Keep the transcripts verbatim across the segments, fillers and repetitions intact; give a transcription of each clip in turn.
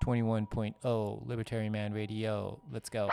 twenty-one point oh Libertarian Man Radio. Let's go.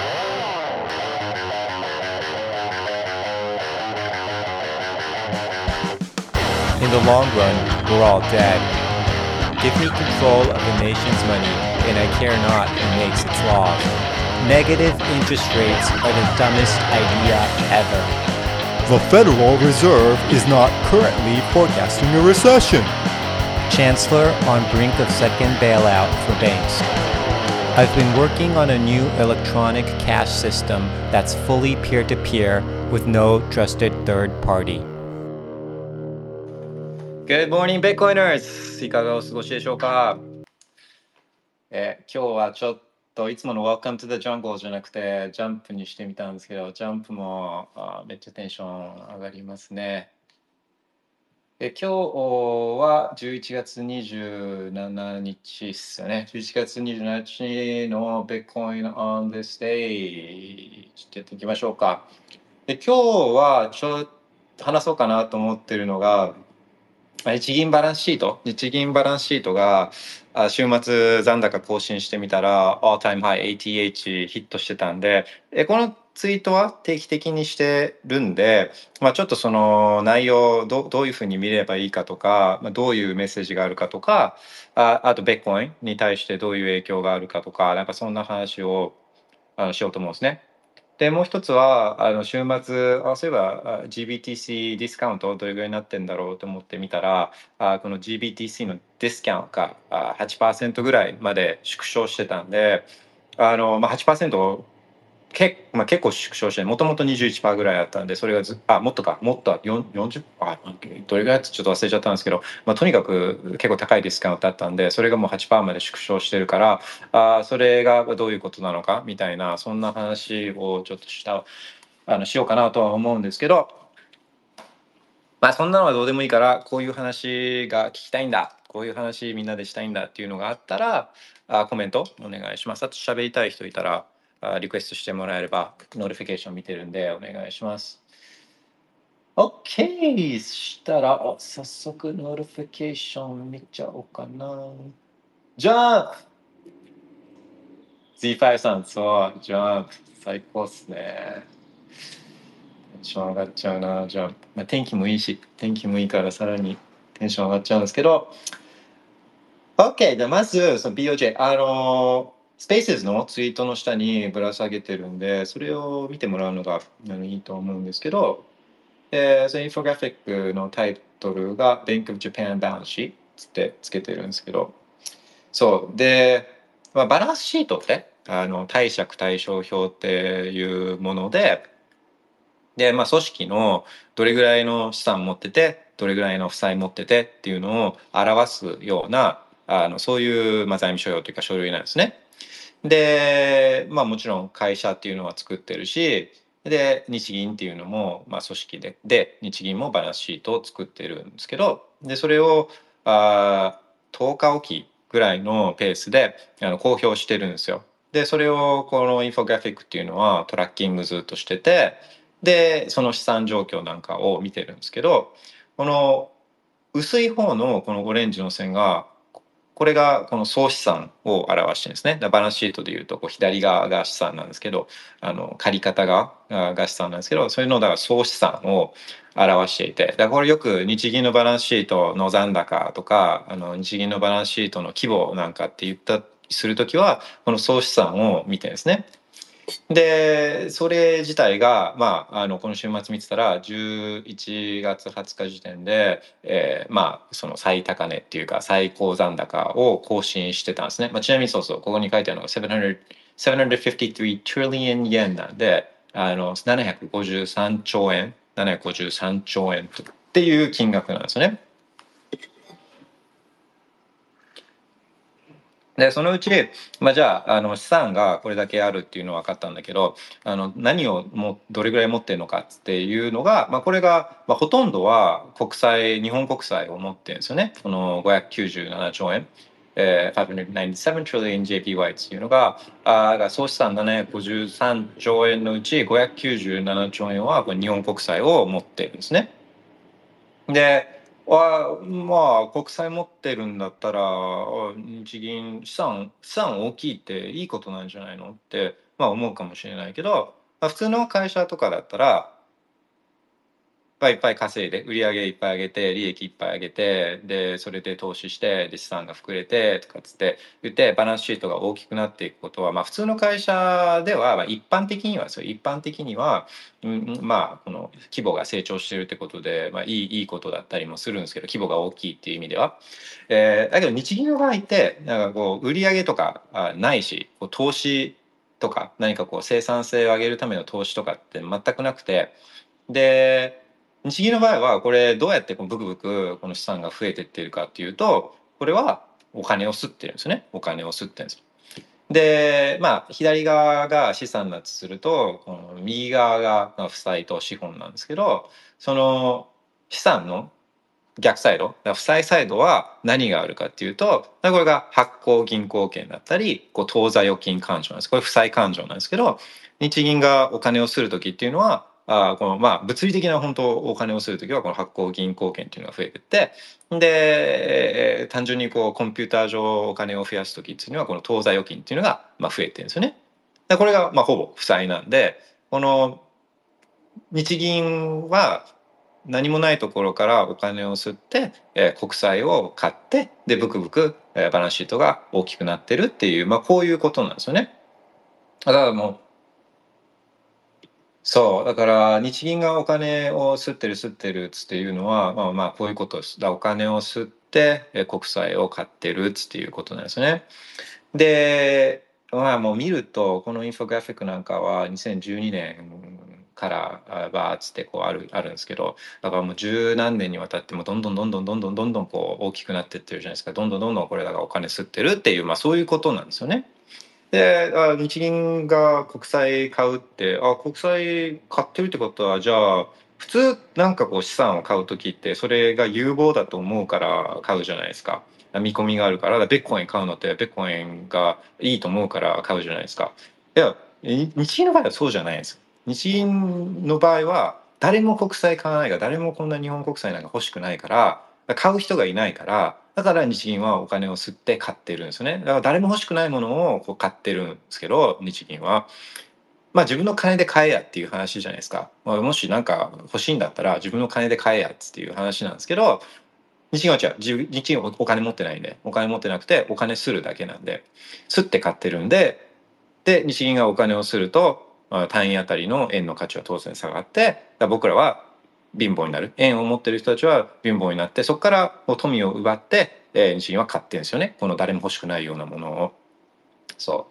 In the long run, we're all dead. Give me control of the nation's money, and I care not who makes its laws. Negative interest rates are the dumbest idea ever. The Federal Reserve is not currently forecasting a recession. Chancellor on brink of second bailout for banks. I've been working on a new electronic cash system that's fully peer-to-peer with no trusted third party. Good morning, Bitcoiners! いかがお過ごしでしょうか、えー、今日はちょっといつもの Welcome to the Jungle じゃなくてジャンプにしてみたんですけど、ジャンプもあめっちゃテンション上がりますね。え今日はじゅういちがつにじゅうしちにちですよね。じゅういちがつにじゅうしちにちの Bitcoin on this day ちょっとやっていきましょうか。で今日はちょっと話そうかなと思ってるのが、日銀バランスシート、日銀バランスシートが週末残高更新してみたら All Time High エーティーエイチ ヒットしてたんで、このツイートは定期的にしてるんで、まあ、ちょっとその内容どどういうふうに見ればいいかとか、まあ、どういうメッセージがあるかとか、あ, あとビットコインに対してどういう影響があるかとか、なんかそんな話をあのしようと思うんですね。でもう一つはあの週末あそういえば ジービーティーシー ディスカウントどれぐらいになってんだろうと思ってみたら、あこの ジービーティーシー のディスカウントが はちパーセント ぐらいまで縮小してたんで、あの、まあ、はちパーセントけ、まあ、結構縮小してもともと にじゅういちパーセント ぐらいあったんで、それがずあもっとかもっと よんじゅっパーセント どれぐらいってちょっと忘れちゃったんですけど、まあ、とにかく結構高いディスカウントだったんで、それがもう はちパーセント まで縮小してるから、あそれがどういうことなのかみたいな、そんな話をちょっとしたあのしようかなとは思うんですけど、まあそんなのはどうでもいいから、こういう話が聞きたいんだ、こういう話みんなでしたいんだっていうのがあったら、あコメントお願いします。あと喋りたい人いたらリクエストしてもらえればノーティフィケーション見てるんでお願いします。 OK したら早速ノーティフィケーション見ちゃおうかな。ジャンプ ゼーファイブ さん、そうジャンプ最高っすね。テンション上がっちゃうなジャンプ、まあ、天気もいいし天気もいいからさらにテンション上がっちゃうんですけど、 OK でまずその ビーオージェー あのスペースのツイートの下にぶら下げてるんで、それを見てもらうのがいいと思うんですけど、えー、そのインフォグラフィックのタイトルが Bank of Japan バランスシートつってつけてるんですけど、そうで、まあ、バランスシートってあの貸借対照表っていうもので、で、まあ、組織のどれぐらいの資産持っててどれぐらいの負債持っててっていうのを表すようなあのそういう、まあ、財務諸要というか書類なんですね。で、まあ、もちろん会社っていうのは作ってるし、で日銀っていうのも、まあ、組織でで日銀もバランスシートを作ってるんですけど、でそれをあとおかおきぐらいのペースであの公表してるんですよ。でそれをこのインフォグラフィックっていうのはトラッキングずっとしてて、でその資産状況なんかを見てるんですけど、この薄い方のこのオレンジの線がこれがこの総資産を表してるんですね。バランスシートでいうとこう左側が資産なんですけど、あの借方側が資産なんですけど、そういうのだから総資産を表していて、だからこれよく日銀のバランスシートの残高とかあの日銀のバランスシートの規模なんかって言ったするときはこの総資産を見てるんですね。でそれ自体が、まあ、あのこの週末見てたらじゅういちがつはつか時点で、えー、まあその最高値っていうか最高残高を更新してたんですね。まあ、ちなみにそうそうここに書いてあるのがななひゃくごじゅうさん trillion yen なんで、あのななひゃくごじゅうさんちょうえんななひゃくごじゅうさんちょうえんっていう金額なんですよね。でそのうち、まあ、じゃあ、あの資産がこれだけあるっていうのは分かったんだけど、あの何をもどれぐらい持ってるのかっていうのが、まあ、これが、まあ、ほとんどは国債日本国債を持ってるんですよね。このごひゃくきゅうじゅうななちょうえん、えー、ごひゃくきゅうじゅうなな trillion ジェーピーワイ っていうのが、あ総資産ななひゃくごじゅうさんちょうえんのうちごひゃくきゅうじゅうななちょうえんはこれ日本国債を持ってるんですね。ではまあ国債持ってるんだったらあ日銀資産資産大きいっていいことなんじゃないのって、まあ、思うかもしれないけど、まあ、普通の会社とかだったらいっぱいいっぱい稼いで売り上げいっぱい上げて利益いっぱい上げてでそれで投資してで資産が膨れてとかっつって言ってバランスシートが大きくなっていくことは、まあ、普通の会社では、まあ、一般的にはそう一般的には、うん、まあこの規模が成長してるってことで、まあ、いいいいことだったりもするんですけど規模が大きいっていう意味では、えー、だけど日銀の場合ってなんかこう売り上げとかあないしこう投資とか何かこう生産性を上げるための投資とかって全くなくてで日銀の場合はこれどうやってこのブクブクこの資産が増えてっているかっていうとこれはお金を吸ってるんですよね。お金を吸ってるんですよ。でまあ左側が資産だとするとこの右側がまあ負債と資本なんですけどその資産の逆サイド負債サイドは何があるかっていうとこれが発行銀行券だったりこう当座預金勘定なんです。これ負債勘定なんですけど日銀がお金をする時っていうのはあこのまあ物理的な本当お金をする時はこの発行銀行券っていうのが増えてってで単純にこうコンピューター上お金を増やす時っていうのはこの当座預金っていうのがまあ増えてるんですよね。でこれがまあほぼ負債なんでこの日銀は何もないところからお金を吸って、えー、国債を買ってでブクブク、えー、バランスシートが大きくなってるっていう、まあ、こういうことなんですよね。だからもうそうだから日銀がお金を吸ってる吸ってるっつっていうのはまあまあこういうことです。だお金を吸って、えー、国債を買ってるっつっていうことなんですね。でまあもう見るとこのインフォグラフィックなんかはにせんじゅうにねんからあバーッつってこうあるあるんですけどだからもう十何年にわたってもどんどんどんどんどんどんどんどんこう大きくなってってるじゃないですか。どんどんどんどんこれらがお金吸ってるっていう、まあ、そういうことなんですよね。であ日銀が国債買うってあ国債買ってるってことはじゃあ普通なんかこう資産を買う時ってそれが有望だと思うから買うじゃないですか。見込みがあるからベッコイン買うのってベッコインがいいと思うから買うじゃないですか。いや日銀の場合はそうじゃないんです。日銀の場合は誰も国債買わないから誰もこんな日本国債なんか欲しくないから買う人がいないからだから日銀はお金を吸って買ってるんですよね。だから誰も欲しくないものをこう買ってるんですけど日銀は。まあ自分の金で買えやっていう話じゃないですか。まあ、もしなんか欲しいんだったら自分の金で買えやっていう話なんですけど日銀は違う日銀はお金持ってないんでお金持ってなくてお金するだけなんで吸って買ってるんでで日銀がお金をすると単位あたりの円の価値は当然下がって僕らは貧乏になる円を持ってる人たちは貧乏になってそこから富を奪って、えー、日銀は買ってるんですよねこの誰も欲しくないようなものを。そう、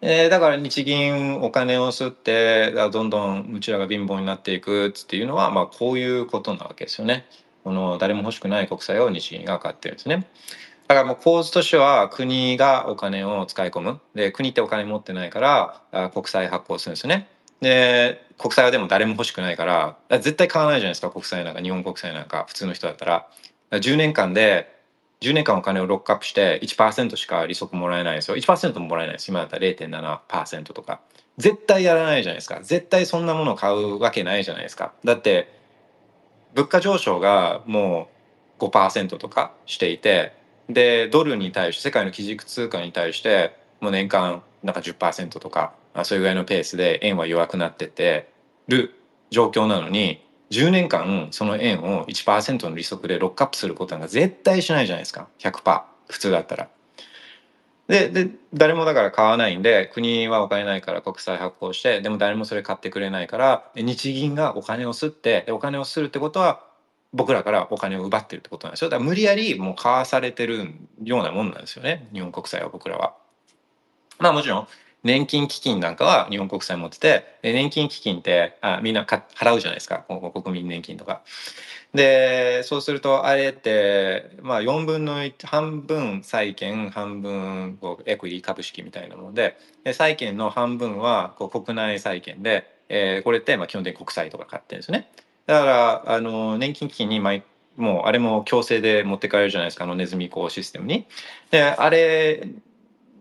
えー、だから日銀お金を吸ってどんどんうちらが貧乏になっていくっていうのは、まあ、こういうことなわけですよね。この誰も欲しくない国債を日銀が買ってるんですね。だからもう構図としては国がお金を使い込むで国ってお金持ってないから国債発行するんですよね。で国債はでも誰も欲しくないから絶対買わないじゃないですか国債なんか日本国債なんか普通の人だったらじゅうねんかんでじゅうねんかんお金をロックアップして いちパーセント しか利息もらえないですよ。 いちパーセント ももらえないです。今だったら れいてんななパーセント とか絶対やらないじゃないですか。絶対そんなものを買うわけないじゃないですか。だって物価上昇がもう ごパーセント とかしていてでドルに対して世界の基軸通貨に対してもう年間なんか じゅっパーセント とかそういうぐらいのペースで円は弱くなってってる状況なのにじゅうねんかんその円を いちパーセント の利息でロックアップすることなんか絶対しないじゃないですか ひゃくパーセント 普通だったら。でで誰もだから買わないんで国はお金ないから国債発行してでも誰もそれ買ってくれないから日銀がお金を吸ってお金を吸るってことは僕らからお金を奪ってるってことなんですよ。だから無理やりもう買わされてるようなもんなんですよね日本国債は僕らは。まあもちろん年金基金なんかは日本国債持ってて年金基金ってあみんなか払うじゃないですか国民年金とか。でそうするとあれってまあよんぶんのいち半分債券半分こうエクイティ株式みたいなものでで債券の半分はこう国内債券で、えーこれってまあ基本的に国債とか買ってるんですよね。だからあの年金基金に毎もうあれも強制で持ってかれるじゃないですかあのネズミ講システムに。であれ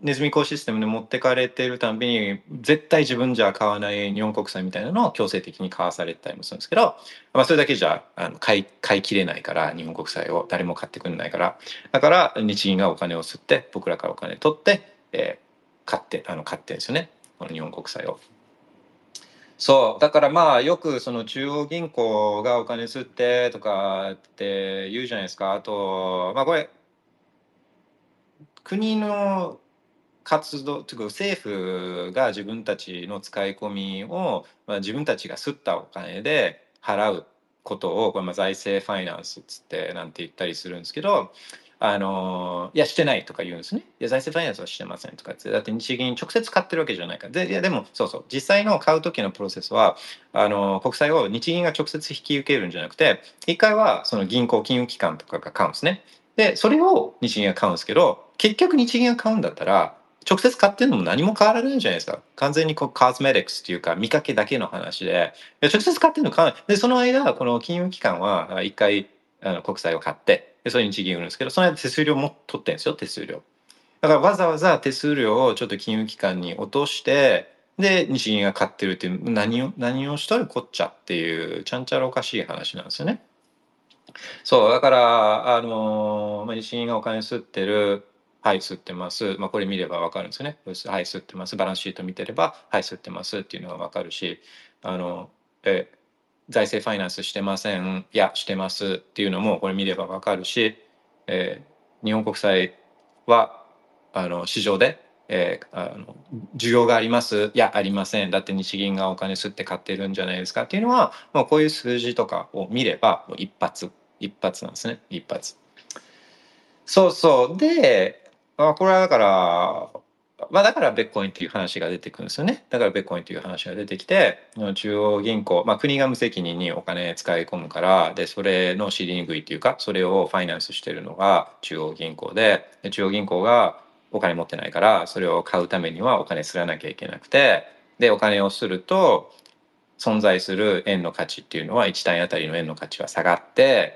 ネズミ講システムで持ってかれているたんびに絶対自分じゃ買わない日本国債みたいなのを強制的に買わされたりもするんですけど、まあ、それだけじゃあの買い買い切れないから、日本国債を誰も買ってくれないから、だから日銀がお金を吸って僕らからお金取って、えー、買ってあの買ってるんですよね、この日本国債を。そうだからまあよくその中央銀行がお金吸ってとかって言うじゃないですか。あとまあこれ国の活動というか政府が自分たちの使い込みを、まあ、自分たちが吸ったお金で払うことをこれまあ財政ファイナンスっつってなんて言ったりするんですけど、あのいやしてないとか言うんですね。いや財政ファイナンスはしてませんとかって、だって日銀直接買ってるわけじゃないからで、いやでもそうそう実際の買う時のプロセスはあの国債を日銀が直接引き受けるんじゃなくて、一回はその銀行金融機関とかが買うんですね。でそれを日銀が買うんですけど、結局日銀が買うんだったら直接買ってるのも何も変わらないじゃないですか。完全にこうカスメティクスっていうか見かけだけの話で、直接買ってるの買わない。でその間この金融機関は一回あの国債を買ってでそれに日銀売るんですけど、その間手数料も取ってるんですよ、手数料。だからわざわざ手数料をちょっと金融機関に落としてで日銀が買ってるっていう、何を何をしとるこっちゃっていうちゃんちゃらおかしい話なんですよね。そうだからあの、まあ、日銀がお金吸ってる、はい吸ってます、まあ、これ見れば分かるんですよね。はい吸ってます、バランスシート見てればはい吸ってますっていうのが分かるし、あのえ財政ファイナンスしてません、いやしてますっていうのもこれ見れば分かるし、えー、日本国債はあの市場で、えー、あの需要があります、いやありません、だって日銀がお金吸って買ってるんじゃないですかっていうのは、もうこういう数字とかを見ればもう一発一発なんですね、一発。そうそうで、あこれはだからまあだからベッコインっていう話が出てくるんですよね。だからベッコインっていう話が出てきて、中央銀行、まあ、国が無責任にお金使い込むから、でそれの尻拭いっていうか、それをファイナンスしてるのが中央銀行で、で中央銀行がお金持ってないから、それを買うためにはお金すらなきゃいけなくて、でお金をすると存在する円の価値っていうのはいち単位あたりの円の価値は下がって、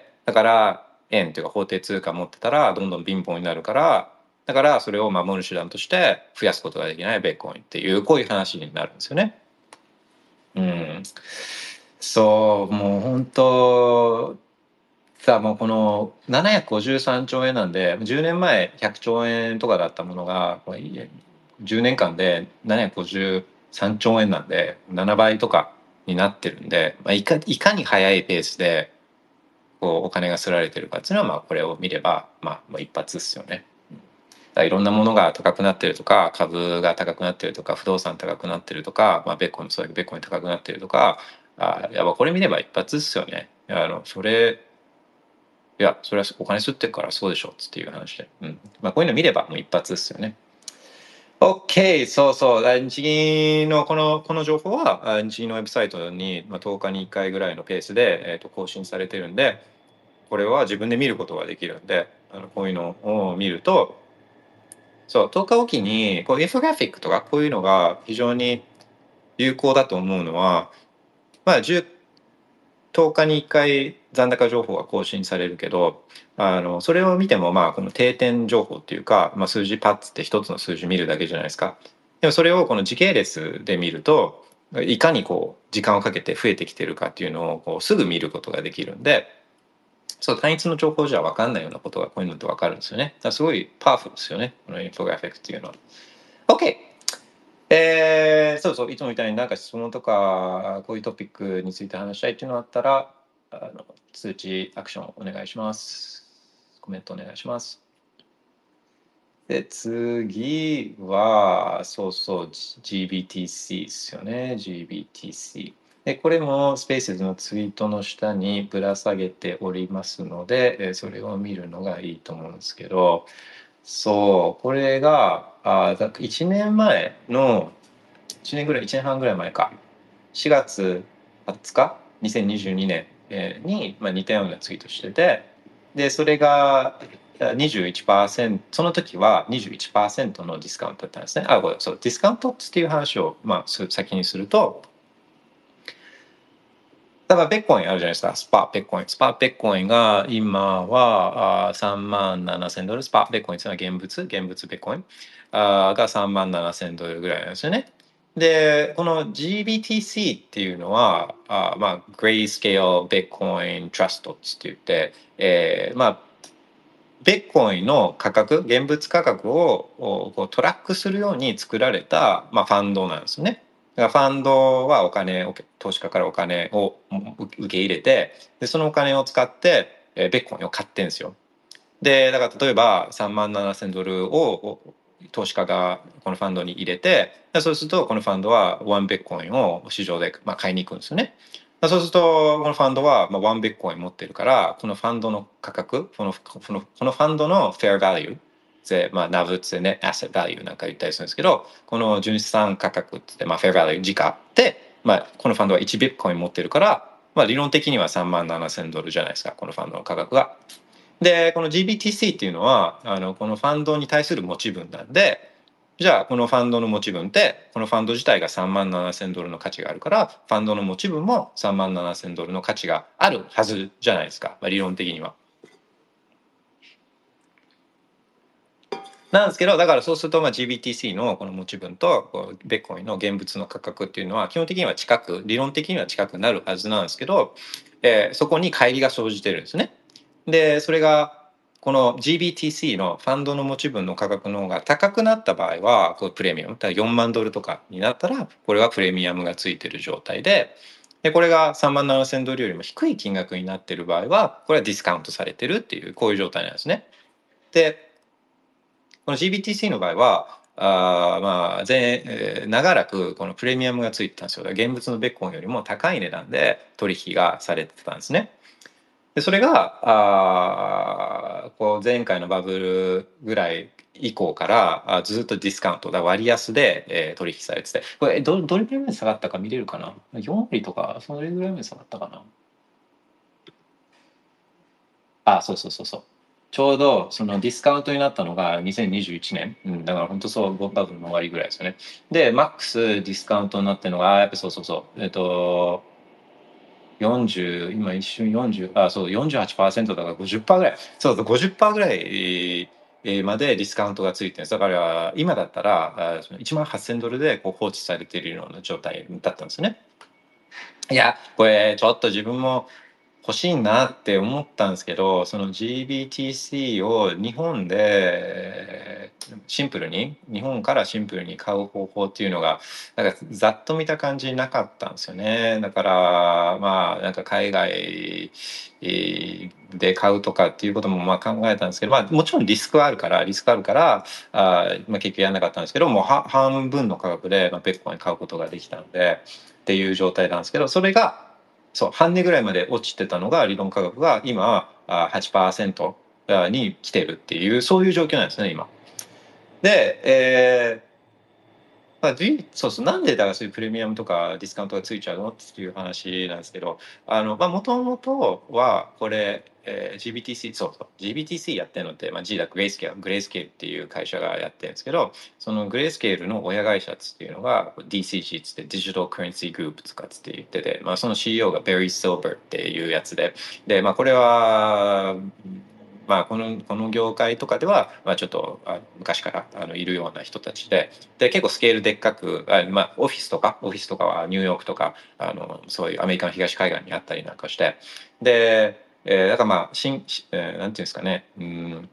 だから円というか法定通貨持ってたらどんどん貧乏になるから、だからそれを守る手段として増やすことができないベッコインっていう、こういう話になるんですよね。うん、そうもう本当さあもうこのななひゃくごじゅうさんちょうえんなんで、じゅうねんまえひゃくちょうえんとかだったものがじゅうねんかんでななひゃくごじゅうさんちょうえんなんでななばいとかになってるんで、まあ、いかいかに速いペースでこうお金がすられてるかっていうのは、まあこれを見れば、まあ、まあ一発ですよね。だいろんなものが高くなってるとか、株が高くなってるとか、不動産高くなってるとか、まあ、ベッコインもそうだけどベッコイン高くなってるとか、あやっぱこれ見れば一発ですよね。あのそれいやそれはお金吸ってるからそうでしょっていう話で、うんまあ、こういうの見ればもう一発ですよね。OK、そうそう。日銀のこのこの情報は日銀のウェブサイトにとおかにいっかいぐらいのペースで、えー、と更新されてるんで、これは自分で見ることができるんで、あのこういうのを見ると、そうとおかおきにこうインフォグラフィックとかこういうのが非常に有効だと思うのは、まあじゅうとおかにいっかい残高情報が更新されるけど、あのそれを見てもまあこの定点情報っていうか、まあ、数字パッツって一つの数字見るだけじゃないですか。でもそれをこの時系列で見ると、いかにこう時間をかけて増えてきてるかっていうのをこうすぐ見ることができるんで、そう単一の情報じゃ分かんないようなことがこういうのって分かるんですよね。だからすごいパワフルですよね、このインフォグラフィックっていうのは。OK、えー、そうそういつもみたいになんか質問とかこういうトピックについて話したいっていうのがあったら、あの通知アクションお願いします。コメントお願いします。で次はそうそう ジービーティーシー ですよね。 ジービーティーシー でこれもスペースのツイートの下にぶら下げておりますので、それを見るのがいいと思うんですけど、そうこれがあいちねんまえのいちねんぐらいいちねんはんぐらい前か、しがつはつかにせんにじゅうにねんに、まあ、似たようなツイートしてて、でそれが にじゅういちパーセント、 その時は にじゅういちパーセント のディスカウントだったんですね。あこれそうディスカウントっていう話を、まあ、先にすると、 だからベッコインあるじゃないですか。スパベッコイン。スパベッコインが今はあさんまんななせんドル。スパベッコインというのは現物、現物ベッコインあがさんまんななせんドルぐらいなんですよね。で、この ジービーティーシー っていうのは、あまあ、グレイスケールベッコイントラストって言って、えー、まあ、ベッコインの価格、現物価格をこうトラックするように作られた、まあ、ファンドなんですよね。だからファンドはお金を、投資家からお金を受け入れて、でそのお金を使って、えー、ベッコインを買ってんですよ。で、だから例えばさんまんななせんドルを投資家がこのファンドに入れて、そうするとこのファンドはワンベッコインを市場でまあ買いに行くんですよね。そうするとこのファンドはまあワンベッコイン持ってるから、このファンドの価格、このこのこのファンドのフェアバリューで、まあ、ナブってね、アセットバリューなんか言ったりするんですけど、この純資産価格って、まあ、フェアバリュー時価で、まあ、このファンドはワンビットコイン持ってるから、まあ、理論的にはさんまんななせんドルじゃないですか、このファンドの価格が。で、この ジービーティーシー っていうのは、あのこのファンドに対する持ち分なんで、じゃあこのファンドの持ち分って、このファンド自体がさんまんななせんドルの価値があるから、ファンドの持ち分もさんまんななせんドルの価値があるはずじゃないですか、まあ、理論的には。なんですけど、だからそうするとまあ ジービーティーシー のこの持ち分とこうベッコインの現物の価格っていうのは基本的には近く、理論的には近くなるはずなんですけど、えー、そこに乖離が生じてるんですね。で、それがこの ジービーティーシー のファンドの持ち分の価格の方が高くなった場合は、こうプレミアム、よんまんドルとかになったら、これはプレミアムがついてる状態で、でこれがさんまんななせんドルよりも低い金額になってる場合は、これはディスカウントされてるっていう、こういう状態なんですね。で、この ジービーティーシー の場合は、あまあ前、えー、長らくこのプレミアムがついてたんですよ。現物のベッコンよりも高い値段で取引がされてたんですね。でそれがあこう前回のバブルぐらい以降からあずっとディスカウントだ割安で、えー、取引されてて、これどどれぐらいまで下がったか見れるかな。よん割とかそれぐらいまで下がったかな。あ、そうそうそうそう。ちょうどそのディスカウントになったのがにせんにじゅういちねん、うん、だから本当そうバブルの終わりぐらいですよね。でマックスディスカウントになってるのがやっぱそうそうそうえっとよんじゅう今一瞬よんじゅうあそう よんじゅうはちパーセント だから ごじゅっパーセント ぐらいそうそう ごじゅっパーセント ぐらいまでディスカウントがついてるんです。だから今だったらいちまんはっせんドルでこう放置されているような状態だったんですね。いやこれちょっと自分も欲しいなって思ったんですけど、その ジービーティーシー を日本でシンプルに日本からシンプルに買う方法っていうのがなんかざっと見た感じなかったんですよね。だからまあなんか海外で買うとかっていうこともまあ考えたんですけど、まあ、もちろんリスクはあるからリスクあるからあ、まあ、結局やらなかったんですけどもう半分の価格でベッコイン買うことができたのでっていう状態なんですけど、それがそう半値ぐらいまで落ちてたのが理論価格が今 はちパーセント に来てるっていうそういう状況なんですね今。で、えーまあ、そうそうなんでだからそういうプレミアムとかディスカウントがついちゃうのっていう話なんですけど、あのまあもともとはこれ、えー、ジービーティーシー そうそう ジービーティーシー やってるのって、まあ、G だグレースケールグレースケールっていう会社がやってるんですけど、そのグレースケールの親会社っていうのが ディーシージー つってディジタルカレンシーグループとかつって言ってて、まあ、その シーイーオー がベリー・シルバーっていうやつでで、まあ、これはまあ、このこの業界とかでは、まあ、ちょっとあ昔からあのいるような人たちでで結構スケールでっかくあ、まあ、オフィスとかオフィスとかはニューヨークとかあのそういうアメリカの東海岸にあったりなんかしてで、えー、だからまあ新、えー、なんていうんですかね、うん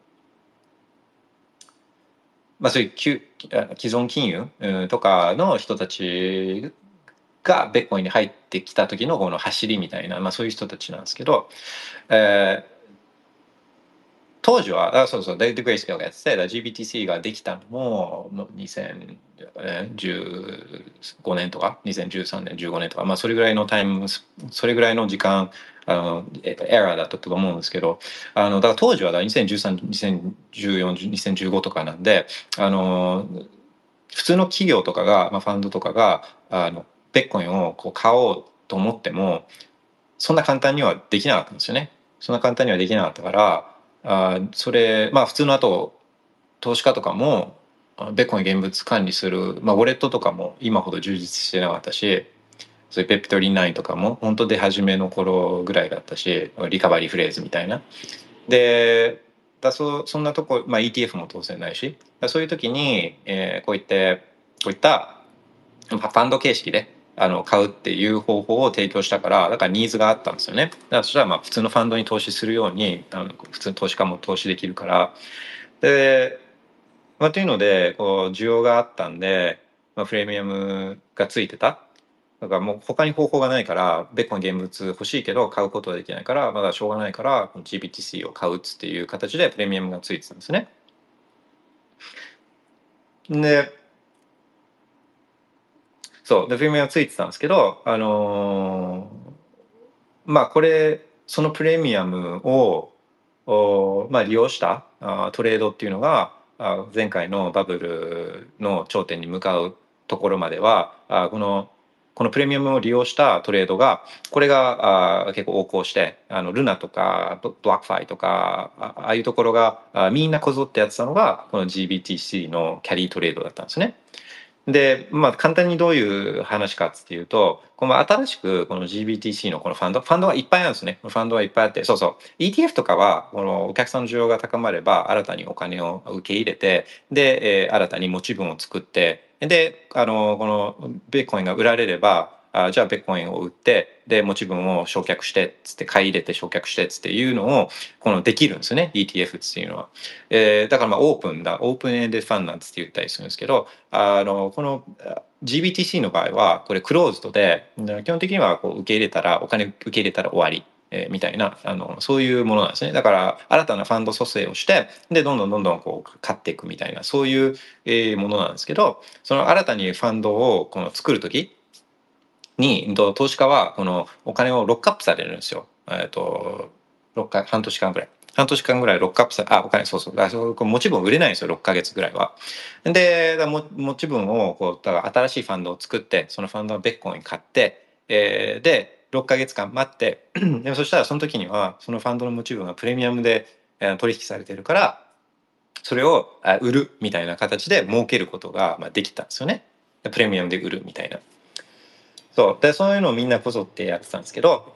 まあ、そういう既存金融とかの人たちがベッコインに入ってきた時のこの走りみたいな、まあ、そういう人たちなんですけど、えー当時は、あ、そうそう、デイト・グレイスケールがやってて、ジービーティーシー ができたのもにせんじゅうごねんとか、にせんじゅうさんねん、じゅうごねんとか、まあ、それぐらいのタイム、それぐらいの時間、あの、エラーだったと思うんですけど、あの、だから当時はにせんじゅうさん、にせんじゅうよん、にせんじゅうごとかなんで、あの、普通の企業とかが、まあ、ファンドとかが、あの、ベッコインをこう買おうと思っても、そんな簡単にはできなかったんですよね。そんな簡単にはできなかったから、あそれまあ普通のあと投資家とかもベッコイン現物管理する、まあ、ウォレットとかも今ほど充実してなかったし、 そういうペプトリンナインとかも本当出始めの頃ぐらいだったし、リカバリーフレーズみたいな。でだそそんなとこ、まあ、イーティーエフ も当然ないし、そういう時に、えーこういってこういったファンド形式であの買うっていう方法を提供したから、だからニーズがあったんですよね。だからそしたらまあ普通のファンドに投資するようにあの普通の投資家も投資できるから、で、まあ、というのでこう需要があったんで、まあ、プレミアムがついてた。だからもう他に方法がないから、ベッコン現物欲しいけど買うことはできないから、まだしょうがないから ジービーティーシー を買うっていう形でプレミアムがついてたんですね。でそうでプレミアムがついてたんですけど、あのーまあこれそのプレミアムをお、まあ、利用したあトレードっていうのがあ前回のバブルの頂点に向かうところまではあこのこのプレミアムを利用したトレードがこれがあ結構横行してあのルナとかブラックファイとかあああいうところがあみんなこぞってやってたのがこの ジービーティーシー のキャリートレードだったんですね。で、まあ、簡単にどういう話かっていうと、この新しくこの ジービーティーシー のこのファンド、ファンドがいっぱいあるんですね。ファンドはいっぱいあって、そうそう。イーティーエフ とかは、このお客さんの需要が高まれば、新たにお金を受け入れて、で、えー新たに持ち分を作って、で、あの、このベーコインが売られれば、あじゃあベッコインを売ってで持ち分を償却してっつって買い入れて償却してっつっていうのをこのできるんですよね イーティーエフ っていうのは、えーだからまあオープンだオープンエンデファンなんつって言ったりするんですけど、あのこの ジービーティーシー の場合はこれクローズドで基本的にはこう受け入れたらお金受け入れたら終わりえーみたいなあのそういうものなんですね。だから新たなファンド蘇生をしてでどんどんどんどんこう買っていくみたいなそういう、えーものなんですけど、その新たにファンドをこの作る時にと投資家はこのお金をロックアップされるんですよ。えっとろっか半年間ぐらい。半年間ぐらいロックアップさあお金そうそうだそうこう持ち分売れないんですよろっかげつぐらいは。でだも持ち分をこうだから新しいファンドを作ってそのファンドのベッコイン買って、えーでろっかげつかん待ってでもそしたらその時にはそのファンドの持ち分がプレミアムでえー取引されてるからそれをあ売るみたいな形で儲けることがまあできたんですよね。プレミアムで売るみたいな。そうでそういうのをみんなこぞってやってたんですけど、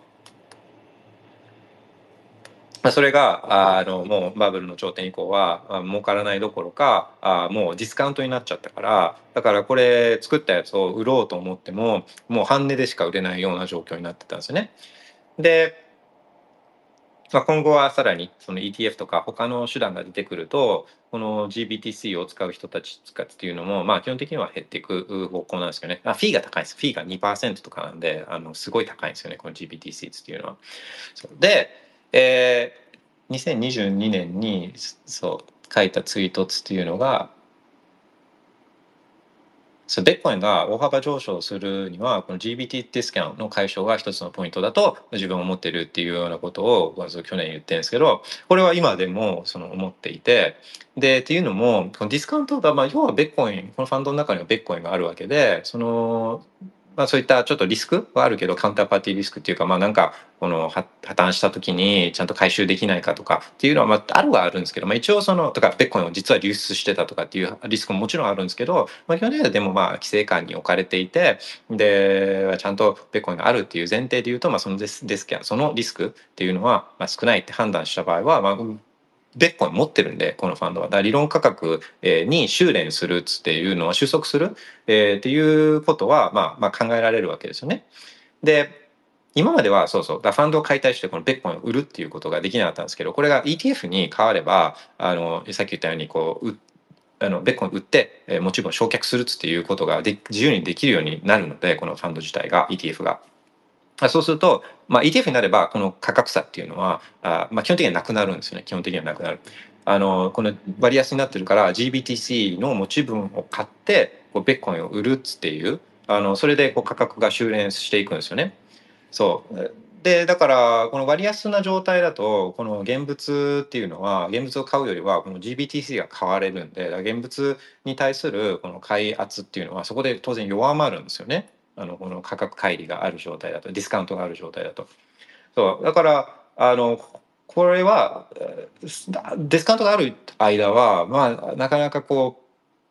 まあ、それがあのもうバブルの頂点以降はあ儲からないどころかあもうディスカウントになっちゃったから、だからこれ作ったやつを売ろうと思ってももう半値でしか売れないような状況になってたんですよね。でまあ、今後はさらにその イーティーエフ とか他の手段が出てくるとこの ジービーティーシー を使う人たちっていうのもまあ基本的には減っていく方向なんですよね。あフィーが高いです。フィーが にパーセント とかなんであのすごい高いんですよねこの ジービーティーシー っていうのは。そうで、えーにせんにじゅうにねんにそう書いたツイートっていうのがそうベッコインが大幅上昇するにはこの ジービーティー ディスカウントの解消が一つのポイントだと自分は思ってるっていうようなことをまず去年言ってるんですけど、これは今でもその思っていて、でっていうのもこのディスカウントがまあ要はベッコインこのファンドの中にはベッコインがあるわけで、そのまあそういったちょっとリスクはあるけどカウンターパーティーリスクっていうかまあなんかこの破綻した時にちゃんと回収できないかとかっていうのはまああるはあるんですけど、まあ、一応そのとかベッコインを実は流出してたとかっていうリスクももちろんあるんですけど、まあ、基本的にはでもまあ規制下に置かれていてでちゃんとベッコインがあるっていう前提で言うと、まあ、そのデスデスキャンそのリスクっていうのはまあ少ないって判断した場合はまあベッコイン持ってるんでこのファンドはだから理論価格に修練するっていうのは収束する、えー、っていうことはまあまあ考えられるわけですよね。で今まではそうそうだファンドを買いたいしてこのベッコインを売るっていうことができなかったんですけど、これが イーティーエフ に変わればあのさっき言ったようにこうあのベッコイン売って、えー、持ち分を償却するっていうことがで自由にできるようになるのでこのファンド自体が イーティーエフ が。そうすると、まあ、イーティーエフ になればこの価格差っていうのはあ、まあ、基本的にはなくなるんですよね。基本的にはなくなる。あのこの割安になってるから ジービーティーシー の持ち分を買ってこうベッコインを売るっていうあのそれでこう価格が修練していくんですよね。そうでだからこの割安な状態だとこの現物っていうのは現物を買うよりはこの ジービーティーシー が買われるんで現物に対するこの買い圧っていうのはそこで当然弱まるんですよね。あのこの価格乖離がある状態だとディスカウントがある状態だと。そうだからあのこれはディスカウントがある間はまあなかなかこう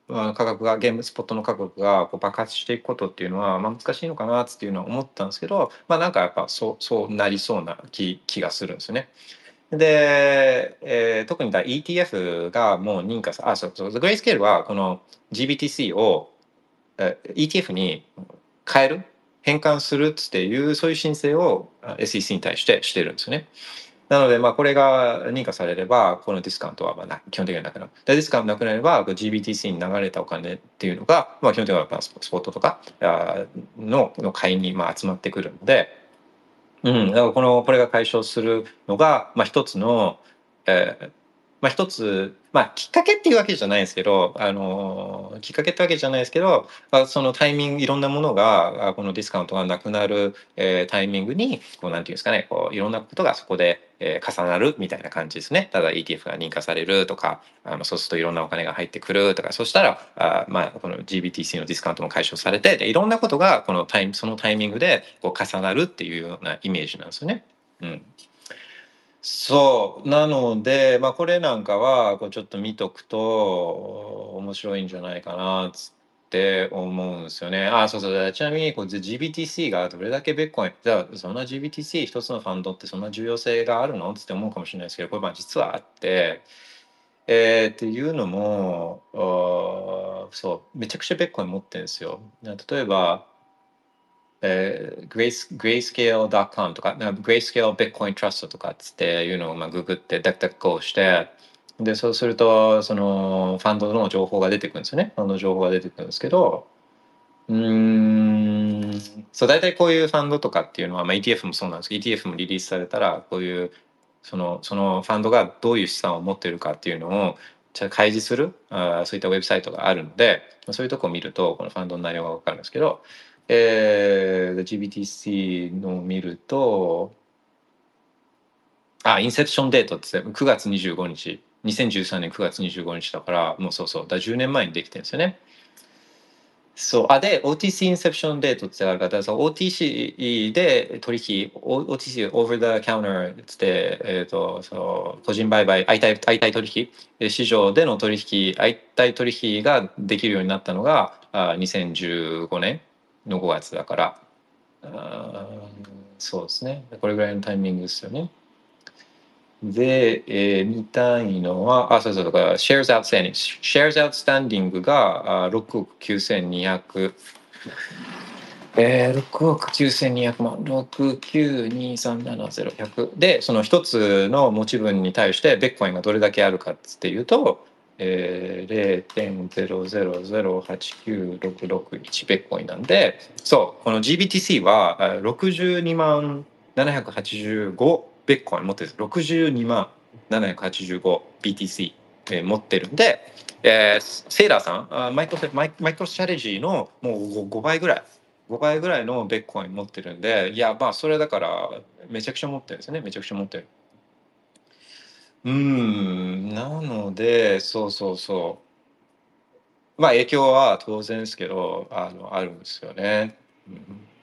価格がゲームスポットの価格がこう爆発していくことっていうのは、まあ、難しいのかなっていうのは思ったんですけど、まあ、なんかやっぱそうそうなりそうな気気がするんですよね。で、えー特にだ イーティーエフ がもう認可さ、あ、そうそう、グレイスケールはこの ジービーティーシー を、えー イーティーエフ に変える、変換するっていう、そういう申請を エスイーシー に対してしてるんですよね。なので、まあ、これが認可されれば、このディスカウントはまあな基本的にはなくなる。でディスカウントなくなれば、ジービーティーシー に流れたお金っていうのが、まあ、基本的にはまあスポットとかあのの買いにまあ集まってくるので、うん、だからこのこれが解消するのが、まあ、一つの、えーまあ、一つ、まあ、きっかけっていうわけじゃないんですけど、あのきっかけってわけじゃないですけど、まあ、そのタイミングいろんなものがあこのディスカウントがなくなる、えータイミングにこうなんていうんですかね、こういろんなことがそこで、えー重なるみたいな感じですね。ただ イーティーエフ が認可されるとか、あのそうするといろんなお金が入ってくるとか、そしたらあ、まあ、この ジービーティーシー のディスカウントも解消されて、でいろんなことがこのタイムそのタイミングでこう重なるっていうようなイメージなんですよね。うん、そうなので、まあ、これなんかはこうちょっと見とくと面白いんじゃないかなつって思うんですよね。あ、そうそう。ちなみにこう ジービーティーシー がどれだけベッコイン、じゃあそんな ジービーティーシー 一つのファンドってそんな重要性があるのつって思うかもしれないですけど、これまあ実はあって、えーっていうのも、あーそうめちゃくちゃベッコイン持ってるんですよ。例えばえー、グレイスグレイスケール ドットコム とか、グレイスケールビットコイントラストとかっつっていうのをまあググってダクダクこうして、でそうするとそのファンドの情報が出てくるんですよね。ファンドの情報が出てくるんですけど、うーん、そう大体こういうファンドとかっていうのは、まあ、イーティーエフ もそうなんですけど、イーティーエフ もリリースされたらこういうそのそのファンドがどういう資産を持っているかっていうのをちゃんと開示するあそういったウェブサイトがあるので、そういうとこを見るとこのファンドの内容が分かるんですけど、えー、ジービーティーシー のを見ると、あ、インセプションデートってくがつにじゅうごにち、にせんじゅうさんねんくがつにじゅうごにちだから、もうそうそう、だじゅうねんまえにできてるんですよね。そう。あ、で、オーティーシー インセプションデートってある方、そう オーティーシー で取引、オーティーシー、over the counter って、えっ、と、そう、個人売買、相対、相対取引、え市場での取引、相対取引ができるようになったのが、あにせんじゅうごねんのごがつだから、あそうですね。これぐらいのタイミングですよね。で、えー見たいのは、あ、そうそう、だから、shares outstanding。shares outstanding があろくおくきゅうせんにひゃく、えー、ろくおくきゅうせんにひゃくまん、ろくきゅうにさんななゼロひゃくで、その一つの持ち分に対してベッコインがどれだけあるかっていうと、えー、れいてんゼロゼロゼロはちきゅうろくろくいちベッコインなんで、そう、この ジービーティーシー はあろくじゅうにまんななひゃくはちじゅうごベッコイン持ってるんです。ろくじゅうにまんななひゃくはちじゅうご ビーティーシー、えー持ってるんで、えーセイラーさん、あマイクロマイマイクロストラテジーのもうごばいぐらい、ごばいぐらいのベッコイン持ってるんで、いや、まあ、それだから、めちゃくちゃ持ってるんですよね。めちゃくちゃ持ってる。うーん、なので、そうそうそう。まあ、影響は当然ですけど、あの、あるんですよね。うん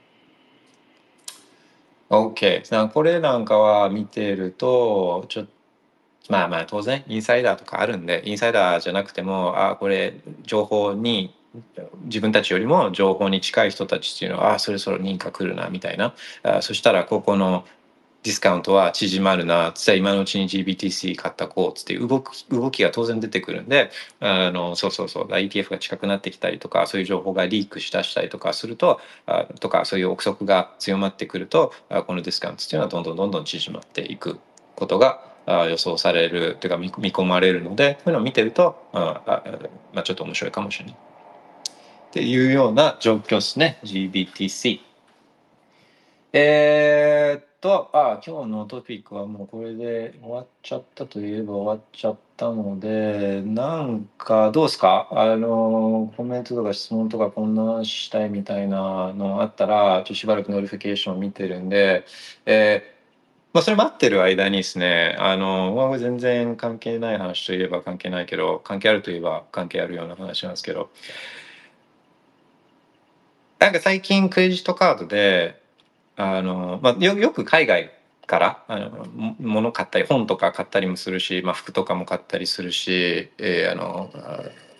、OK。なこれなんかは見てると、ちょっと、まあまあ、当然、インサイダーとかあるんで、インサイダーじゃなくても、あ、これ、情報に、自分たちよりも情報に近い人たちっていうのは、あ、それそろ認可来るな、みたいな。あ、そしたら、ここのディスカウントは縮まるな、つったら今のうちに ジービーティーシー 買ったこうつって動き動きが当然出てくるんで、あのそうそうそう、イーティーエフ が近くなってきたりとか、そういう情報がリークしだしたりとかすると、あとかそういう憶測が強まってくると、あこのディスカウントっていうのはどんどんどんどん縮まっていくことがあ予想されるというか見見込まれるので、こういうのを見てると、ああまあ、ちょっと面白いかもしれないっていうような状況ですね、 ジービーティーシー。えーっと、あ、今日のトピックはもうこれで終わっちゃったといえば終わっちゃったので、なんかどうですか、あの、コメントとか質問とかこんな話したいみたいなのあったら、ちょっとしばらくノリフィケーション見てるんで、えーまあ、それ待ってる間にですね、あの、まあ、全然関係ない話といえば関係ないけど、関係あるといえば関係あるような話なんですけど、なんか最近クレジットカードで、あの、まあ、よ、よく海外からあのも物買ったり本とか買ったりもするし、まあ、服とかも買ったりするし、えーあのあ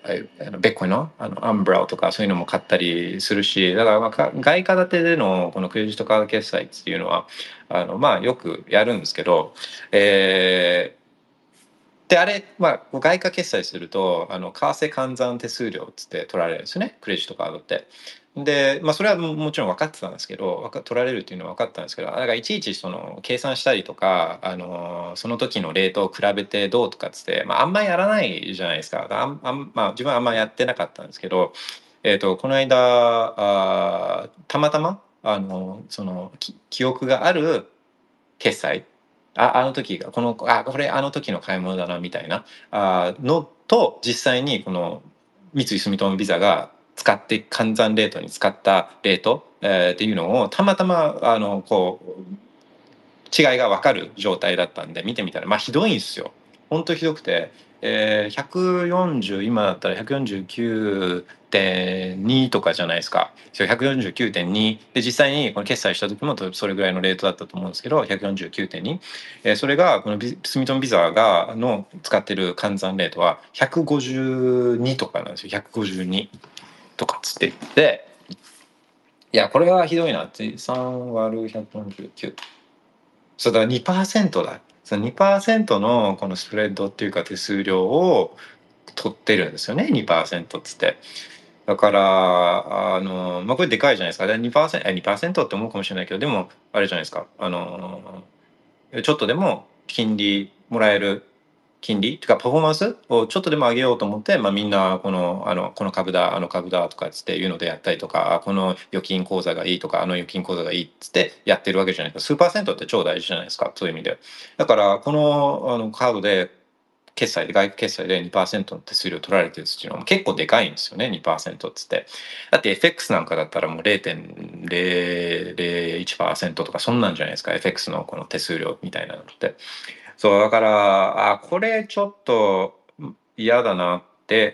あのベッコイのあのアンブラとかそういうのも買ったりするし、だからまあ外貨建てでのこのクレジットカード決済っていうのはあのまあよくやるんですけど、えーであれ、まあ、外貨決済するとあの為替換算手数料っつって取られるんですよね、クレジットカードって。で、まあ、それはもちろん分かってたんですけど、取られるっていうのは分かったんですけど、だからいちいちその計算したりとか、あのその時のレートを比べてどうとかっつって、まあ、あんまりやらないじゃないですか。あんあん、まあ、自分はあんまりやってなかったんですけど、えー、とこの間あたまたまあのその記憶がある決済、ああの時がこのあこれあの時の買い物だなみたいなあのと実際にこの三井住友ビザが使って換算レートに使ったレート、えー、っていうのをたまたまあのこう違いが分かる状態だったんで見てみたらまあひどいんですよ。本当ひどくて、えー、ひゃくよんじゅう今だったらひゃくよんじゅうきゅうてんに とかじゃないですか。ひゃくよんじゅうきゅうてんに で実際にこの決済した時もそれぐらいのレートだったと思うんですけど ひゃくよんじゅうきゅうてんに、えー、それがこの住友ビザがの使ってる換算レートはひゃくごじゅうにとかなんですよ。ひゃくごじゅうにとかっつって言っていやこれはひどいなってさん割るひゃくよんじゅうきゅうそうだ にパーセント だその にパーセント のこのスプレッドっていうか手数料を取ってるんですよね にパーセント っつってだからあの、まあ、これでかいじゃないですか にパーセント, にパーセントって思うかもしれないけどでもあれじゃないですかあのちょっとでも金利もらえる金利というかパフォーマンスをちょっとでも上げようと思って、まあ、みんなこのあのこの株だあの株だとかっつっていうのでやったりとかこの預金口座がいいとかあの預金口座がいいっつってやってるわけじゃないですか。数パーセントって超大事じゃないですかそういう意味で。だからこのあのカードで決済で外貨決済で にパーセント の手数料取られてるっていうのは結構でかいんですよね にパーセント っつって。だって エフエックス なんかだったらもう ゼロてんゼロゼロいちパーセント とかそんなんじゃないですか エフエックス のこの手数料みたいなのって。そうだからあこれちょっと嫌だなって、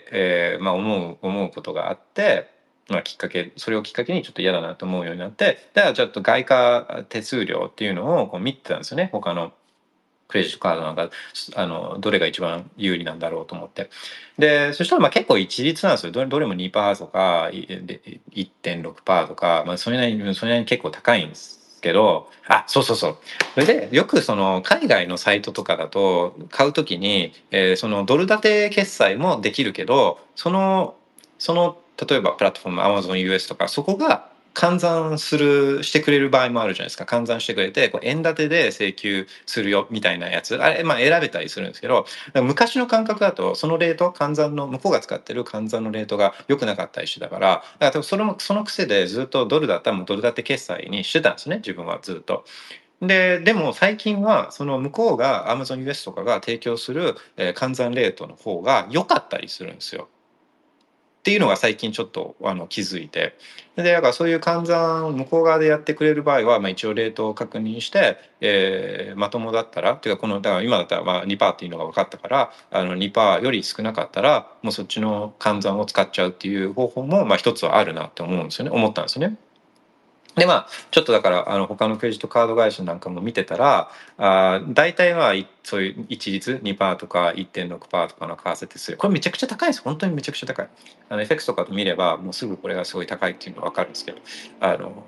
えーまあ、思う思うことがあって、まあ、きっかけそれをきっかけにちょっと嫌だなと思うようになってだからちょっと外貨手数料っていうのをこう見てたんですよね他のクレジットカードなんかあのどれが一番有利なんだろうと思ってでそしたらまあ結構一律なんですよ ど, どれも にパーセント とか いってんろくパーセント とか、まあ、それなりにそれなりに結構高いんですけどあそうそうそうそれでよくその海外のサイトとかだと買うときに、えー、そのドル建て決済もできるけどそのその例えばプラットフォーム Amazon ユーエス とかそこが換算するしてくれる場合もあるじゃないですか。換算してくれてこう円建てで請求するよみたいなやつあれ、まあ、選べたりするんですけど昔の感覚だとそのレート換算の向こうが使ってる換算のレートが良くなかったりしてたからだからそれもその癖でずっとドルだったらもうドル建て決済にしてたんですね自分はずっと。ででも最近はその向こうが Amazon ユーエス とかが提供する、えー、換算レートの方が良かったりするんですよ。っていうのが最近ちょっとあの気づいてでだからそういう換算を向こう側でやってくれる場合は、まあ、一応レートを確認して、えー、まともだったらっていうかこのだから今だったらまあ にパーセント っていうのが分かったからあの にパーセント より少なかったらもうそっちの換算を使っちゃうっていう方法もまあ一つはあるなって思うんですよね思ったんですよね。でまあちょっとだからあの他のクレジットカード会社なんかも見てたらあ大体はそういう一律 にパーセント とか いってんろくパーセント とかの為替手数料これめちゃくちゃ高いです本当にめちゃくちゃ高いあの エフエックス とかと見ればもうすぐこれがすごい高いっていうのが分かるんですけどあの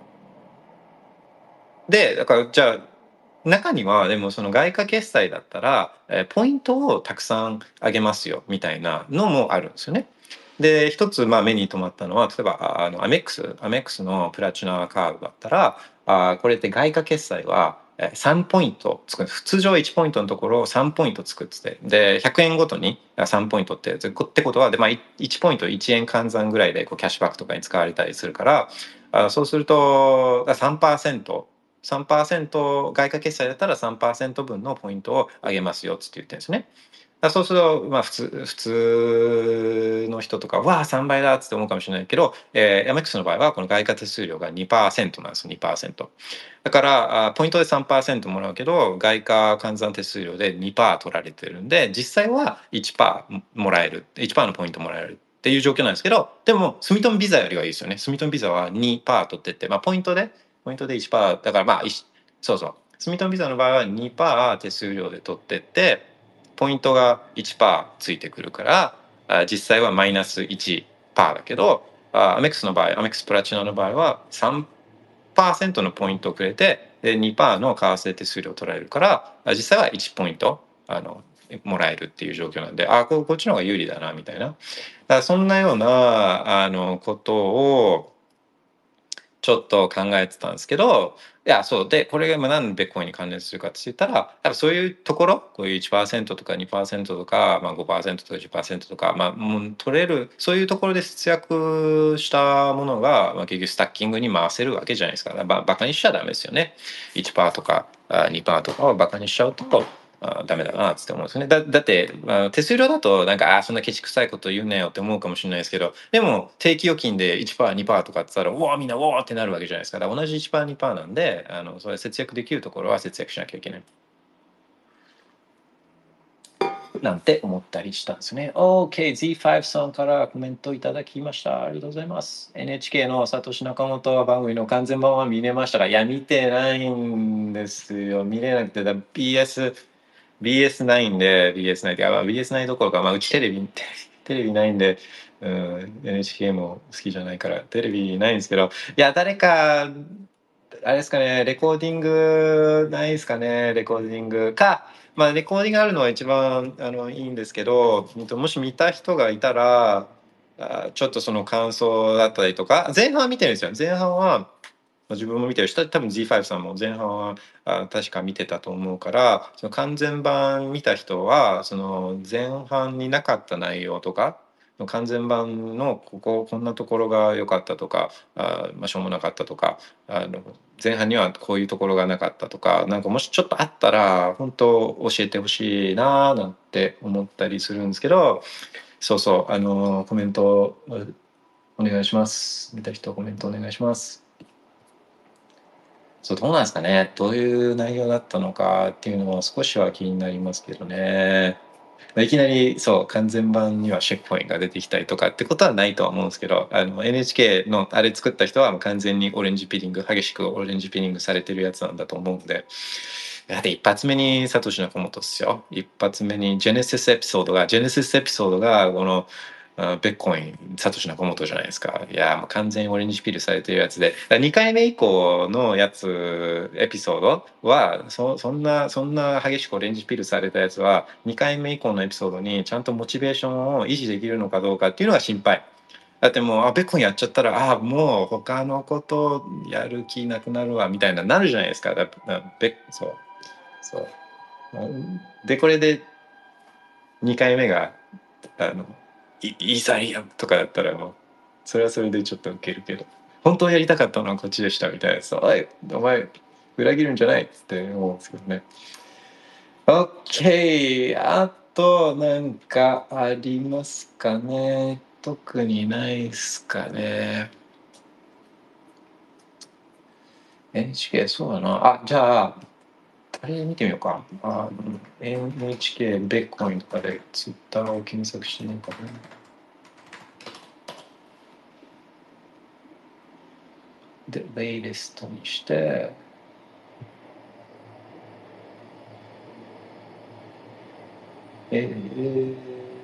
でだからじゃあ中にはでもその外貨決済だったら、えー、ポイントをたくさんあげますよみたいなのもあるんですよね。で一つまあ目に留まったのは例えばあのアメックスアメックスのプラチナカードだったらあこれって外貨決済はさんポイントつく通常いちポイントのところをさんポイントつくってでひゃくえんごとにさんポイントってってことはで、まあ、いちポイントいちえん換算ぐらいでこうキャッシュバックとかに使われたりするからあそうすると さんパーセントさんパーセント 外貨決済だったら さんパーセント 分のポイントをあげますよって言ってるんですね。そうすると、まあ、普通普通の人とかわあさんばいだって思うかもしれないけど、えー、ヤメックスの場合はこの外貨手数料が にパーセント なんです にパーセント だからポイントで さんパーセント もらうけど外貨換算手数料で にパーセント 取られてるんで実際は いちパーセント もらえる いちパーセント のポイントもらえるっていう状況なんですけどでも住友ビザよりはいいですよね。住友ビザは にパーセント 取ってって、まあ、ポイントでポイントで いちパーセント だからまあそうそう住友ビザの場合は にパーセント 手数料で取ってってポイントが いちパーセント ついてくるからあ実際はマイナス いちパーセント だけど、アメックスの場合、アメックスプラチナの場合は さんパーセント のポイントをくれて、で にパーセント の為替手数料を取られるから、実際はいちポイントあのもらえるっていう状況なんで、あここっちの方が有利だなみたいな。だからそんなようなあのことをちょっと考えてたんですけど、いやそうでこれが今何でベッコインに関連するかって言ったら、やっぱそういうところ、こういう いちパーセント とか にパーセント とか、まあ、ごパーセント とか じゅっパーセント とか、まあ、もう取れるそういうところで節約したものが、まあ、結局スタッキングに回せるわけじゃないですか。ババカにしちゃダメですよね。いちパーセント とかあ にパーセント とかをバカにしちゃうとあダメだなって思うんですよね。だだって、まあ、手数料だとなんかあそんなケチくさいこと言うなよって思うかもしれないですけど、でも定期預金で いちパーセント、にパーセント とかって言ったら、うわみんなうわーってなるわけじゃないですか。だから同じ いちパーセント、にパーセント なんで、あのそれ節約できるところは節約しなきゃいけない。なんて思ったりしたんですね。OK、ゼーファイブ さんからコメントいただきました。ありがとうございます。エヌエイチケー のサトシナカモト番組の完全版は見れましたが、いや、見てないんですよ。見れなくて、だ ビーエス、ビーエスナイン で、ビーエスナイン って、あ ビーエスナイン どころか、まあ、うちテレビ、テレビないんで、うん、エヌエイチケー も好きじゃないから、テレビないんですけど、いや、誰か、あれですかね、レコーディングないですかね、レコーディングか、まあ、レコーディングあるのは一番あのいいんですけど、もし見た人がいたら、あちょっとその感想だったりとか、前半は見てるんですよ。前半は自分も見てるし、多分 ゼーファイブ さんも前半はあ確か見てたと思うから、その完全版見た人は、その前半になかった内容とか、完全版のこここんなところが良かったとか、あまあしょうもなかったとか、あの前半にはこういうところがなかったとか、なんかもしちょっとあったら本当教えてほしいなーなんて思ったりするんですけど、そうそうあのコメントお願いします。見た人コメントお願いします。そうどうなんですかね。どういう内容だったのかっていうのは少しは気になりますけどね。いきなりそう完全版にはチェックポイントが出てきたりとかってことはないとは思うんですけど、あの エヌエイチケー のあれ作った人はもう完全にオレンジピリング激しくオレンジピリングされてるやつなんだと思うんで。だって一発目にサトシナコモトっすよ。一発目にジェネシスエピソードがジェネシスエピソードがこのあベッコインサトシナコモトじゃないですか。いやもう完全にオレンジピルされてるやつで、にかいめ以降のやつエピソードは そ, そんなそんな激しくオレンジピルされたやつはにかいめ以降のエピソードにちゃんとモチベーションを維持できるのかどうかっていうのが心配。だってもうあベッコインやっちゃったらあもう他のことやる気なくなるわみたいななるじゃないですか。だだベそうそうでこれでにかいめがあのイーサリアムとかだったらもうそれはそれでちょっとウケるけど、本当はやりたかったのはこっちでしたみたいなさ、おいお前裏切るんじゃないって思うんですけどね。 OK、 あとなんかありますかね。特にないっすかね。 エヌエイチケー そうだなあ。じゃああれ見てみようか。あ エヌエイチケー ベッコインとかでツイッターを検索してみようかな。で、レイリストにして、えー、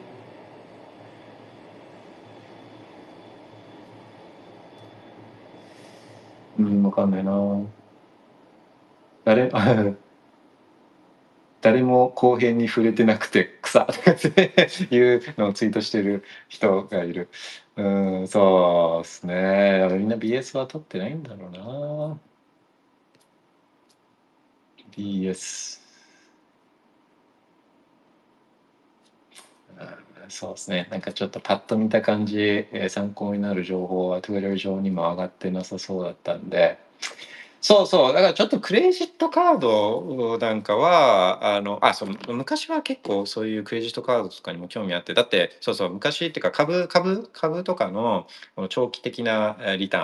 うん、わかんないな。誰、誰も後編に触れてなくて草とかっていうのをツイートしてる人がいる。うん、そうですね。みんな ビーエス は取ってないんだろうな。ビーエス。そうですね。なんかちょっとパッと見た感じ、えー参考になる情報は Twitter 上にも上がってなさそうだったんで、そうそう、だからちょっとクレジットカードなんかは、あの、あ、そう、昔は結構そういうクレジットカードとかにも興味あって、だって、そうそう、昔っていうか株、株、株とかのこの長期的なえーリターン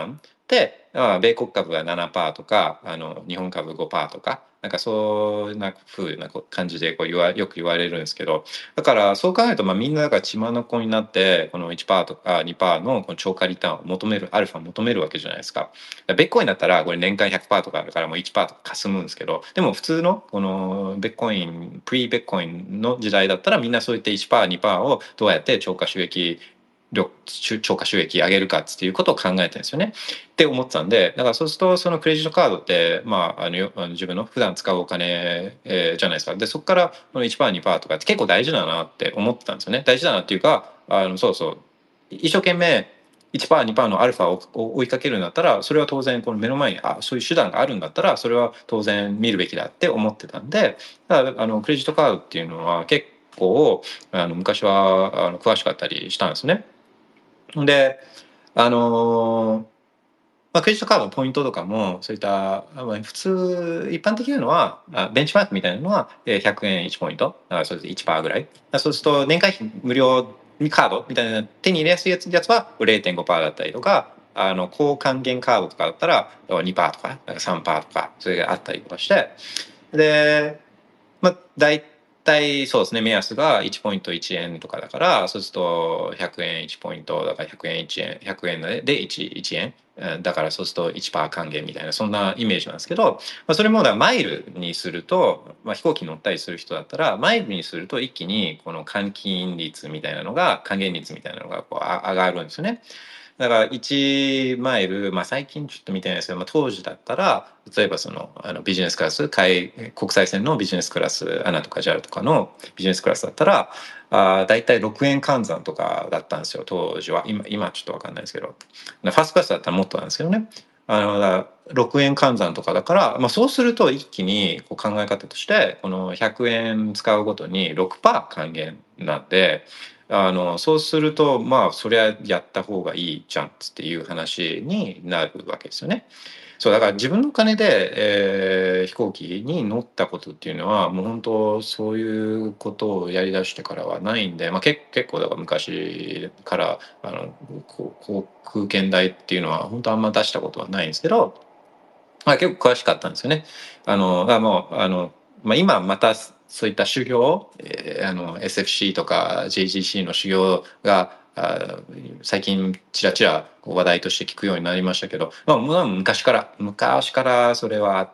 で、まあ、米国株が ななパーセント とかあの日本株 ごパーセント とかなんかそんな風な感じでこう言わよく言われるんですけど、だからそう考えるとまあみんなが血眼になってこの いちパーセント とか にパーセント のこの超過リターンを求めるアルファを求めるわけじゃないですか。ベッコインだったらこれ年間 ひゃくパーセント とかあるからもう いちパーセント とか霞むんですけど、でも普通のこのベッコインプリベッコインの時代だったらみんなそういった いちパーセント、にパーセント をどうやって超過収益超過収益上げるかっていうことを考えてるんですよねって思ってたんで、だからそうするとそのクレジットカードって、まあ、あのあの自分の普段使うお金、えーじゃないですか。でそこからこの いちパーセント、にパーセント とかって結構大事だなって思ってたんですよね。大事だなっていうかあのそうそう一生懸命 いちパーセント、にパーセント のアルファを追いかけるんだったらそれは当然この目の前にあそういう手段があるんだったらそれは当然見るべきだって思ってたんで、だからあのクレジットカードっていうのは結構あの昔はあの詳しかったりしたんですね。であのーまあ、クレジットカードのポイントとかもそういった、まあ、普通一般的なのはあベンチマークみたいなのはえーひゃくえんいちポイントだからそれで いちパーセント ぐらいだそうすると年会費無料カードみたいな手に入れやすいやつやつは れいてんごパーセント だったりとかあの高還元カードとかだったら にパーセント とか さんパーセント とかそれがあったりとかしてでまあ、大体そうですね目安がいちポイントいちえんとかだからそうするとひゃくえんいちポイントだからひゃくえんいちえんひゃくえんで 1, 1円だからそうすると いちパーセント 還元みたいなそんなイメージなんですけど、まあ、それもだマイルにすると、まあ、飛行機乗ったりする人だったらマイルにすると一気にこの換金率みたいなのが還元率みたいなのがこう上がるんですよね。だからいちマイル、まあ、最近ちょっと見てないですけど、まあ、当時だったら例えばそのあのビジネスクラス海国際線のビジネスクラス エーエヌエー とか ジャル とかのビジネスクラスだったらあだいたいろくえん換算とかだったんですよ当時は。今今ちょっと分かんないですけどファーストクラスだったらもっとなんですけどね。あのだからろくえん換算とかだから、まあ、そうすると一気にこう考え方としてこのひゃくえん使うごとに ろくパーセント 還元なんで。あのそうするとまあそりゃやった方がいいじゃんっていう話になるわけですよね。そうだから自分のお金で、えー飛行機に乗ったことっていうのはもう本当そういうことをやりだしてからはないんで、まあ、結結構だから昔からあのこう航空券代っていうのは本当あんま出したことはないんですけど、まあ、結構詳しかったんですよね。あのあもうあの、まあ、今またそういった修行、えーあの エスエフシー とか ジェイジーシー の修行があ最近ちらちら話題として聞くようになりましたけど、まあ、まあ昔から昔からそれはあって、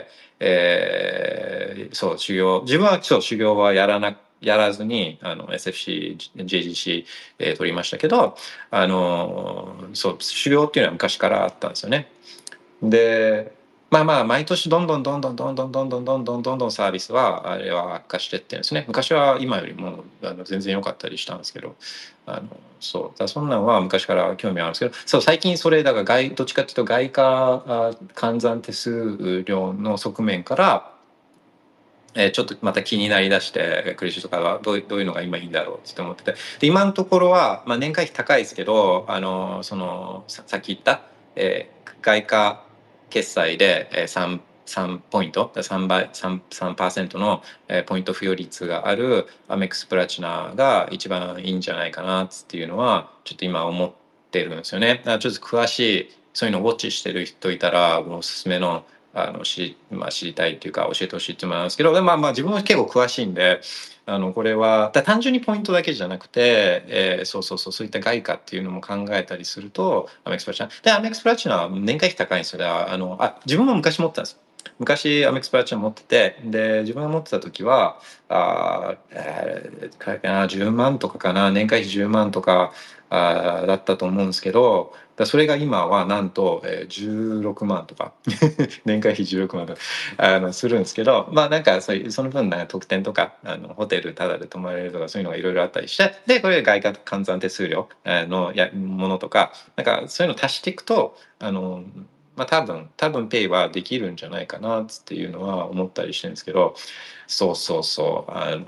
えーそう修行自分はそう修行はやらなやらずにあの エスエフシー、ジェイジーシー、えー取りましたけどあのそう修行っていうのは昔からあったんですよね。でまあまあ毎年どんどんどんどんどんどんどんどんどんどんどんどんサービスはあれは悪化してってんですね。昔は今よりもあの全然良かったりしたんですけどあのそうだそんなんは昔から興味あるんですけどそう最近それだから外どっちかっていうと外貨あ換算手数料の側面からえーちょっとまた気になりだしてクレジットカードはどうどういうのが今いいんだろうって思っててで今のところは、まあ、年会費高いですけどあのそのささっき言った、えー外貨決済で、えー、3, 3ポイントさんばい 3, さんパーセントの、えーポイント付与率があるアメックスプラチナが一番いいんじゃないかなっていうのはちょっと今思ってるんですよね。だからちょっと詳しいそういうのをウォッチしてる人いたらおすすめのあの知り、まあ、知りたいっていうか教えてほしいっていうのもあるんですけどまあまあ自分は結構詳しいんであのこれはだ単純にポイントだけじゃなくて、えーそうそうそうそういった外貨っていうのも考えたりするとアメックスプラチナでアメックスプラチナは年会費高いんですよ。だからあのあ自分も昔持ってたんです。昔アメックスプラチナ持っててで自分が持ってた時はあ、えー、かなじゅうまんとかかな年会費じゅうまんとかあだったと思うんですけどだそれが今はなんと、えー、じゅうろくまんとか年会費じゅうろくまんとかあのするんですけどまあなんかそういうその分なんか特典とかあのホテルタダで泊まれるとかそういうのがいろいろあったりしてでこれ外貨換算手数料のやものとかなんかそういうの足していくとあのまあ多分多分ペイはできるんじゃないかなっていうのは思ったりしてるんですけどそうそうそうあの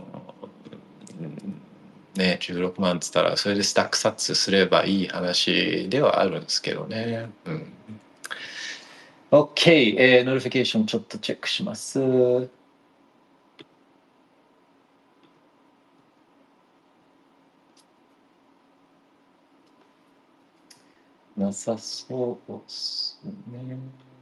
ねじゅうろくまんっつったらそれでスタックサッツすればいい話ではあるんですけどね。うん。OK、えー、ノリフィケーションちょっとチェックします。 なさそうですね。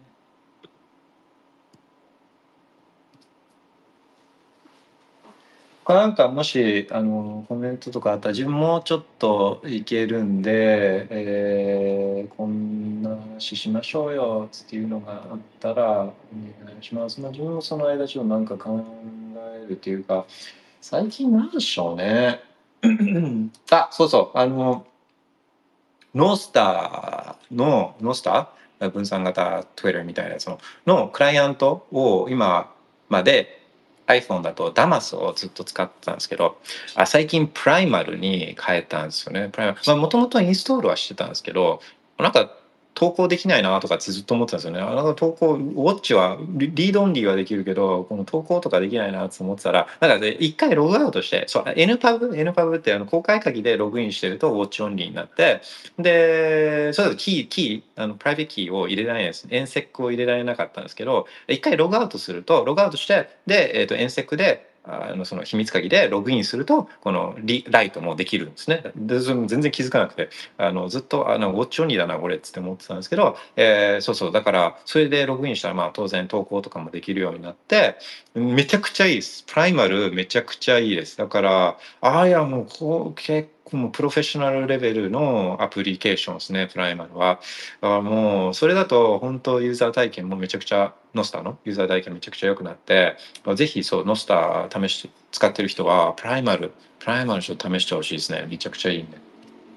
これなんかもしあのコメントとかあったら自分もうちょっといけるんで、えー、こんな話しましょうよっていうのがあったらお願いします。まあ、自分もその間ちょっとなんか考えるっていうか、最近なんでしょうね。あ、そうそう、あのノースターのノースター分散型 Twitter みたいなやつののクライアントを今まで iPhone だとダマスをずっと使ってたんですけど、あ最近プライマルに変えたんですよね。プライマル、まあもともとインストールはしてたんですけど、なんか投稿できないなとかってずっと思ってたんですよね。なんか投稿、ウォッチはリリードオンリーはできるけど、この投稿とかできないなって思ってたら、なんかで一回ログアウトして、そう エヌパブ、エヌパブ ってあの公開鍵でログインしてるとウォッチオンリーになって、で、それだとキー、キー、あのプライベートキーを入れられないです。エンセックを入れられなかったんですけど、一回ログアウトすると、ログアウトして、で、えっと、エンセックで、あのその秘密鍵でログインするとこのリライトもできるんですね。で全然気づかなくて、あのずっとあのウォッチオンリーだなこれっつって思ってたんですけど、えーそうそうだからそれでログインしたらまあ当然投稿とかもできるようになって、めちゃくちゃいいです。プライマルめちゃくちゃいいです。だからああいやもうこう結構もうプロフェッショナルレベルのアプリケーションですね、プライマルは。だからもうそれだと本当ユーザー体験もめちゃくちゃノスタのユーザー体験めちゃくちゃ良くなって、ぜひそうノスタ試して使ってる人はプライマルプライマルちょっと試してほしいですね。めちゃくちゃいいんで。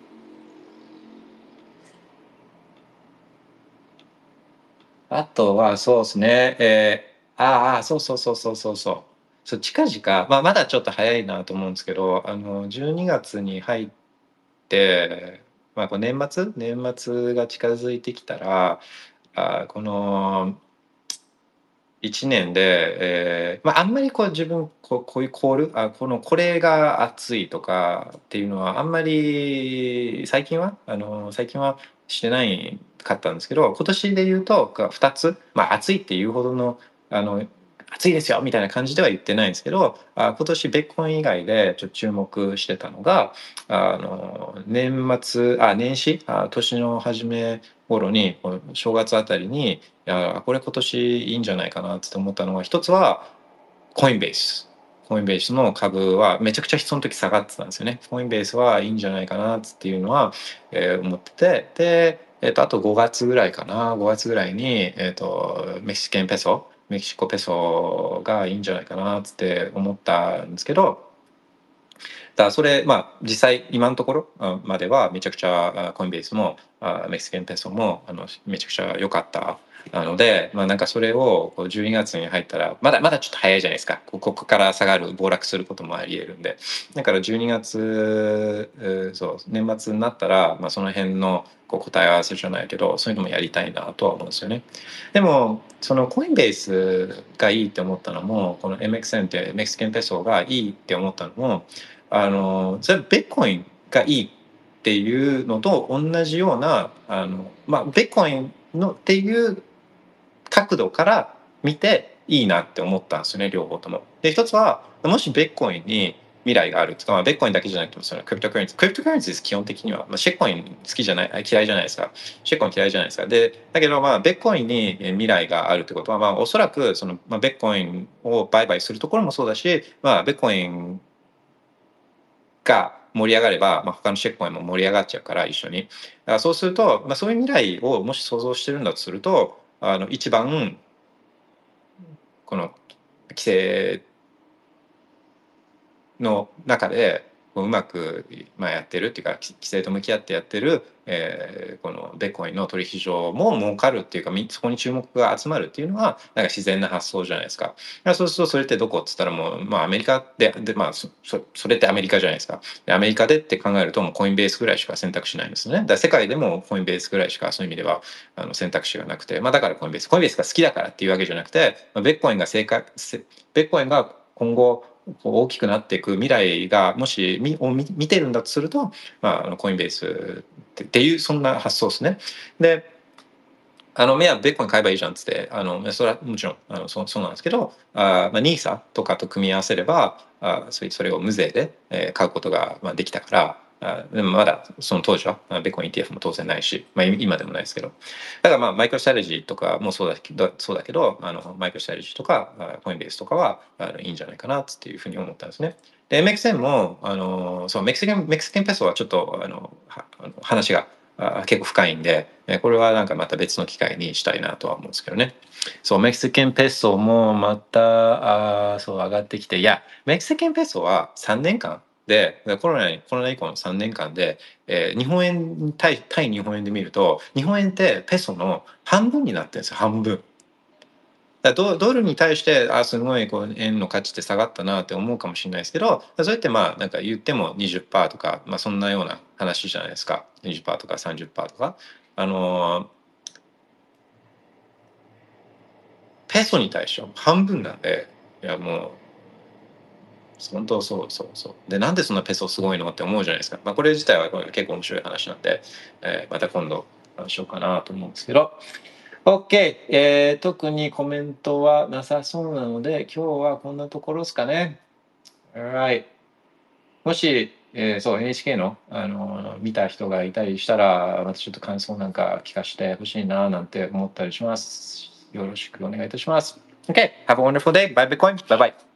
あとはそうですね、えー、ああそうそうそうそうそうそうそう近々、まあ、まだちょっと早いなと思うんですけど、あのじゅうにがつに入って、まあ、こう年末年末が近づいてきたら、あこのいちねんで、えーまあ、あんまりこう自分こう、こういうコールあこのこれが熱いとかっていうのはあんまり最近はあの最近はしてないかったんですけど、今年で言うとふたつ、まあ、熱いっていうほどのあの熱いですよみたいな感じでは言ってないんですけど、あ今年ベッコン以外でちょっと注目してたのが、あの年末あ年始あ年の初め頃に正月あたりにいやこれ今年いいんじゃないかなって思ったのが、一つはコインベースコインベースの株はめちゃくちゃその時下がってたんですよね。コインベースはいいんじゃないかなっていうのは、えー思ってて、で、えー、とあとごがつぐらいかなごがつぐらいに、えー、とメキシケンペソメキシコペソがいいんじゃないかなって思ったんですけど、だからそれまあ実際今のところまではめちゃくちゃコインベースもメキシケンペソもあのめちゃくちゃ良かったなので、まあ、なんかそれをこうじゅうにがつに入ったらまだまだちょっと早いじゃないですか。ここから下がる暴落することもありえるんで、だからじゅうにがつそう年末になったら、まあ、その辺のこう答え合わせじゃないけどそういうのもやりたいなとは思うんですよね。でもそのコインベースがいいって思ったのも、この エムエックスエム ってメキシケンペソがいいって思ったのも、あのそれベッコインがいいっていうのと同じようなあの、まあ、ベッコインのっていう角度から見ていいなって思ったんですよね、両方とも。で一つはもしベッコインに未来があるとか、まあ、ベッコインだけじゃなくてもそのクリプトカレンシークリプトカレンシーです基本的には、まあ、シェッコイン好きじゃない嫌いじゃないですか。シェッコイン嫌いじゃないですか。でだけどまあベッコインに未来があるってことは、まあ、おそらくその、まあ、ベッコインを売買するところもそうだし、まあ、ベッコインが盛り上がれば、まあ、他のシェッコインも盛り上がっちゃうから一緒に。だからそうすると、まあ、そういう未来をもし想像してるんだとすると、あの一番この規制の中でうまく、まあ、やってるっていうか規制と向き合ってやってる、えー、このベッコインの取引所も儲かるっていうかそこに注目が集まるっていうのはなんか自然な発想じゃないですか。そうするとそれってどこっつったらもう、まあ、アメリカでで、まあ、そ, それってアメリカじゃないですか。でアメリカでって考えるともうコインベースぐらいしか選択肢ないんですね。だから世界でもコインベースぐらいしかそういう意味ではあの選択肢がなくて、まあ、だからコインベースコインベースが好きだからっていうわけじゃなくて、まあ、ベッコインが正解ベッコインが今後大きくなっていく未来がもし見を見てるんだとすると、まあ、あのコインベースっていうそんな発想ですね。であの目はベッコイン買えばいいじゃんっつってあのそれはもちろんあの そ, そうなんですけど、あ、まあ、ニーサとかと組み合わせればあそれそれを無税で、えー、買うことができたからあでもまだその当時はベッコイン イーティーエフ も当然ないし、まあ、今でもないですけど、だからまあマイクロストラテジーとかもそうだけどそうだけどあのマイクロストラテジーとかコインベースとかはあのいいんじゃないかなっていうふうに思ったんですね。で エムエックスエム もあのそうメキシカンメキシカンペソはちょっとあのはあの話があ結構深いんで、これはなんかまた別の機会にしたいなとは思うんですけどね。そうメキシカンペソもまたあそう上がってきて、いやメキシカンペソはさんねんかんでコロナにコロナ以降のさんねんかんで、えー、日本円対対日本円で見ると日本円ってペソの半分になってるんですよ。半分だドドルに対してあすごいこう円の価値って下がったなって思うかもしれないですけど、そうやってまあなんか言っても にじゅっパーセント とか、まあ、そんなような話じゃないですか。 にじゅっパーセント とか さんじゅっパーセント とかあのー、ペソに対しては半分なんで、いやもう本当そうそうそうで、なんでそんなペソすごいのって思うじゃないですか。まあこれ自体は結構面白い話なんで、えー、また今度話しようかなと思うんですけど、 OK、えー、特にコメントはなさそうなので今日はこんなところですかね。 Alright、 もし、えー、そう エヌエイチケー の、あの見た人がいたりしたらまたちょっと感想なんか聞かせてほしいななんて思ったりします。よろしくお願いいたします。 OK、have a wonderful day. Bye Bitcoin. Bye bye.